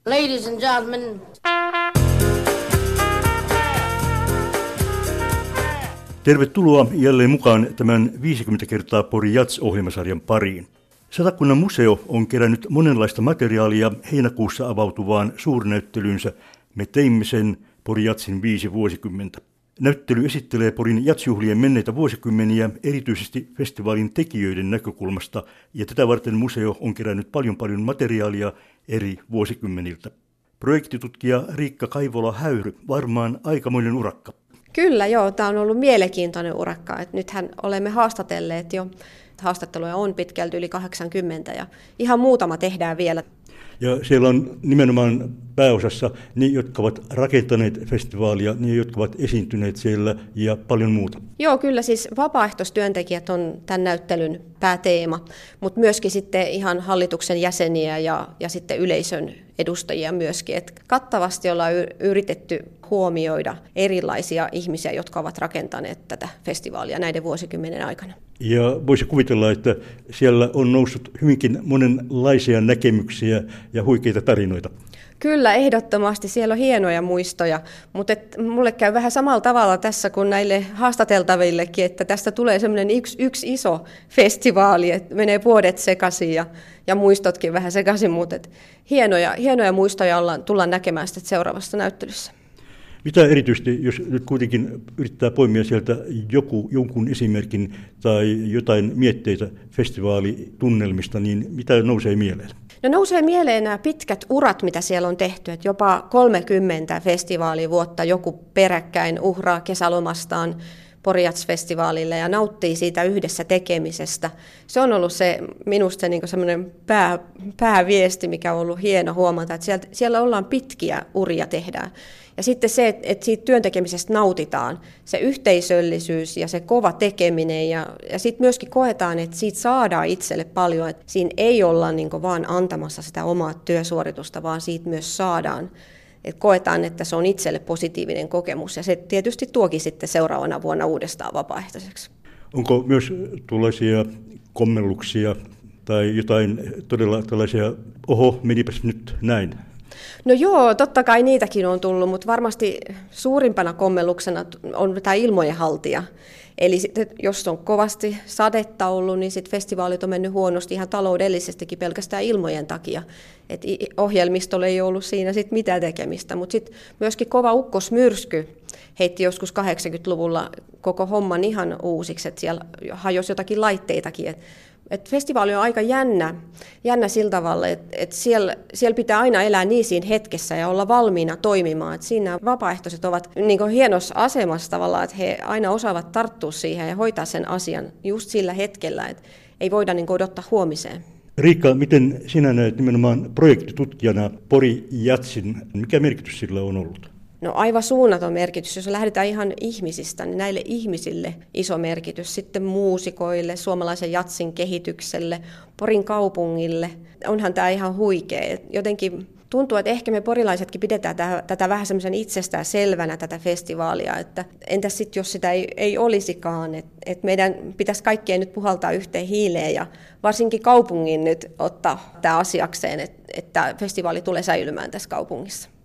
Ladies and gentlemen. Tervetuloa jälleen mukaan tämän 50 kertaa Pori Jats-ohjelmasarjan pariin. Satakunnan museo on kerännyt monenlaista materiaalia heinäkuussa avautuvaan suurnäyttelyynsä. Me teimme sen Pori Jatsin 5 vuosikymmentä. Näyttely esittelee Porin jatsjuhlien menneitä vuosikymmeniä erityisesti festivaalin tekijöiden näkökulmasta, ja tätä varten museo on kerännyt paljon materiaalia eri vuosikymmeniltä. Projektitutkija Riikka Kaivola-Häyry, varmaan aikamoinen urakka. Kyllä joo, tämä on ollut mielenkiintoinen urakka. Nythän olemme haastatelleet jo, haastatteluja on pitkälti yli 80 ja ihan muutama tehdään vielä. Ja siellä on nimenomaan pääosassa ne, jotka ovat rakentaneet festivaalia, ne, jotka ovat esiintyneet siellä ja paljon muuta. Joo, kyllä siis vapaaehtoistyöntekijät on tämän näyttelyn pääteema, mutta myöskin sitten ihan hallituksen jäseniä ja sitten yleisön edustajia myöskin. Et kattavasti ollaan yritetty huomioida erilaisia ihmisiä, jotka ovat rakentaneet tätä festivaalia näiden vuosikymmenen aikana. Ja voisi kuvitella, että siellä on noussut hyvinkin monenlaisia näkemyksiä ja huikeita tarinoita. Kyllä, ehdottomasti. Siellä on hienoja muistoja, mutta mulle käy vähän samalla tavalla tässä kuin näille haastateltavillekin, että tästä tulee semmoinen yksi iso festivaali, että menee vuodet sekaisin ja muistotkin vähän sekaisin, mutta hienoja muistoja tullaan näkemään sitten seuraavassa näyttelyssä. Mitä erityisesti, jos nyt kuitenkin yrittää poimia sieltä jonkun esimerkin tai jotain mietteitä festivaalitunnelmista, niin mitä nousee mieleen? No nousee mieleen nämä pitkät urat, mitä siellä on tehty, että jopa 30 festivaalivuotta joku peräkkäin uhraa kesälomastaan Pori Jats-festivaalille ja nauttii siitä yhdessä tekemisestä. Se on ollut minusta se niin semmoinen pääviesti, mikä on ollut hieno huomata, että siellä ollaan pitkiä uria tehdään. Ja sitten se, että siitä työntekemisestä nautitaan, se yhteisöllisyys ja se kova tekeminen ja sitten myöskin koetaan, että siitä saadaan itselle paljon, että siinä ei olla niin vaan antamassa sitä omaa työsuoritusta, vaan siitä myös saadaan. Että koetaan, että se on itselle positiivinen kokemus ja se tietysti tuokin sitten seuraavana vuonna uudestaan vapaaehtoiseksi. Onko myös tuollaisia kommelluksia tai jotain todella tällaisia, oho, menipäs nyt näin? No joo, totta kai niitäkin on tullut, mutta varmasti suurimpana kommelluksena on tämä ilmojenhaltija. Eli sitten, jos on kovasti sadetta ollut, niin sitten festivaalit on mennyt huonosti ihan taloudellisestikin pelkästään ilmojen takia. Et ohjelmistolla ei ollut siinä sit mitään tekemistä, mutta sitten myöskin kova ukkosmyrsky heitti joskus 80-luvulla koko homman ihan uusiksi, että siellä hajosi jotakin laitteitakin. Et festivaali on aika jännä sillä tavalla, että siellä pitää aina elää niin siinä hetkessä ja olla valmiina toimimaan. Et siinä vapaaehtoiset ovat niin hienossa asemassa tavallaan, että he aina osaavat tarttua siihen ja hoitaa sen asian just sillä hetkellä, että ei voida niin odottaa huomiseen. Riikka, miten sinä näet nimenomaan projektitutkijana Pori Jatsin, mikä merkitys sillä on ollut? No aivan suunnaton merkitys. Jos lähdetään ihan ihmisistä, niin näille ihmisille iso merkitys. Sitten muusikoille, suomalaisen jatsin kehitykselle, Porin kaupungille. Onhan tämä ihan huikea. Jotenkin tuntuu, että ehkä me porilaisetkin pidetään tätä vähän semmoisen itsestään selvänä tätä festivaalia. Että entäs sitten, jos sitä ei olisikaan? Että meidän pitäisi kaikkien nyt puhaltaa yhteen hiileen ja varsinkin kaupungin nyt ottaa tämä asiakseen, että festivaali tulee säilymään tässä kaupungissa.